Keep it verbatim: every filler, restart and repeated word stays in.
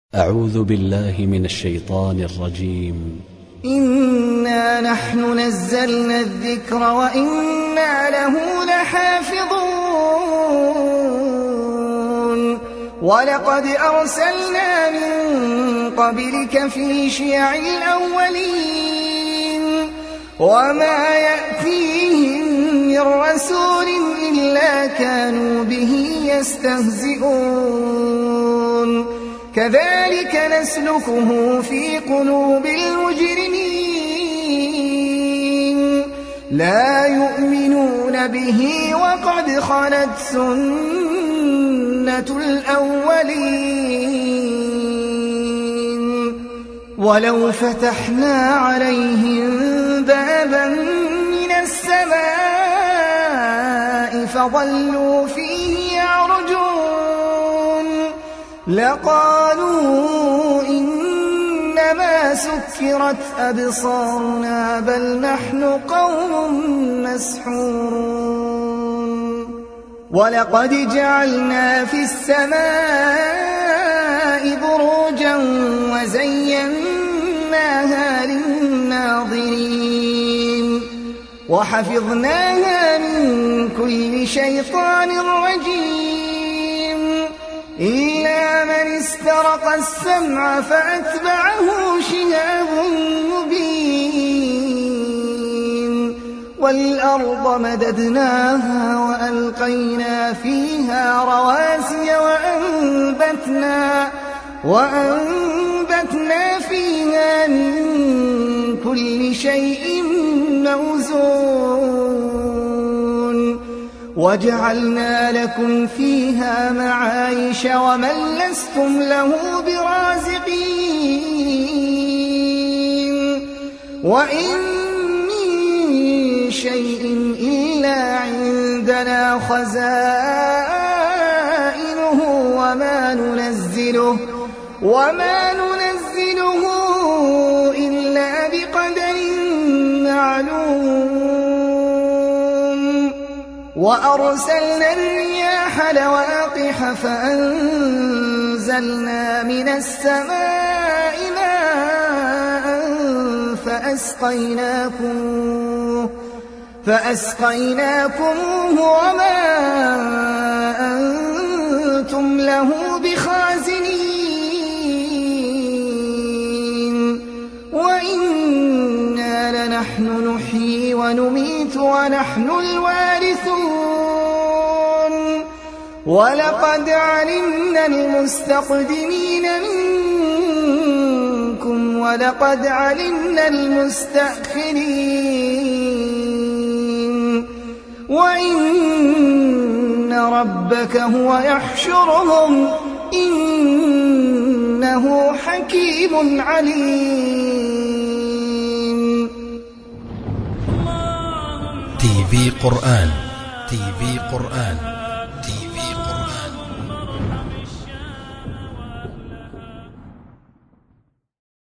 أعوذ بالله من الشيطان الرجيم. إنا نحن نزلنا الذكر وإنا له لحافظون ولقد أرسلنا من قبلك في شيع الأولين وما يأتيهم من رسول إلا كانوا به يستهزئون كذلك نسلكه في قلوب المجرمين لا يؤمنون به وقد خلت سنة الأولين ولو فتحنا عليهم بابا من السماء فظلوا فيه يعرجون لقالوا إنما سكرت أبصارنا بل نحن قوم مسحورون ولقد جعلنا في السماء بروجا وزيناها للناظرين وحفظناها من كل شيطان رجيم إلا من استرق السمع فأتبعه شهاب مبين والأرض مددناها وألقينا فيها رواسي وأنبتنا, وأنبتنا فيها من كل شيء موزون وجعلنا لكم فيها معايش ومن لستم له برازقين وإن من شيء إلا عندنا خزائنه وما ننزله, وما ننزله إلا بقدر معلوم وأرسلنا الرياح لواقح فأنزلنا من السماء ماء فأسقيناكم فأسقيناكموه وما أنتم له بخازنين وإنا لنحن نحيي ونميت ونحن الوارثون ولقد علمنا المستقدمين منكم ولقد علمنا المستأخرين وإن ربك هو يحشرهم إنه حكيم عليم. تي في قرآن تي في قرآن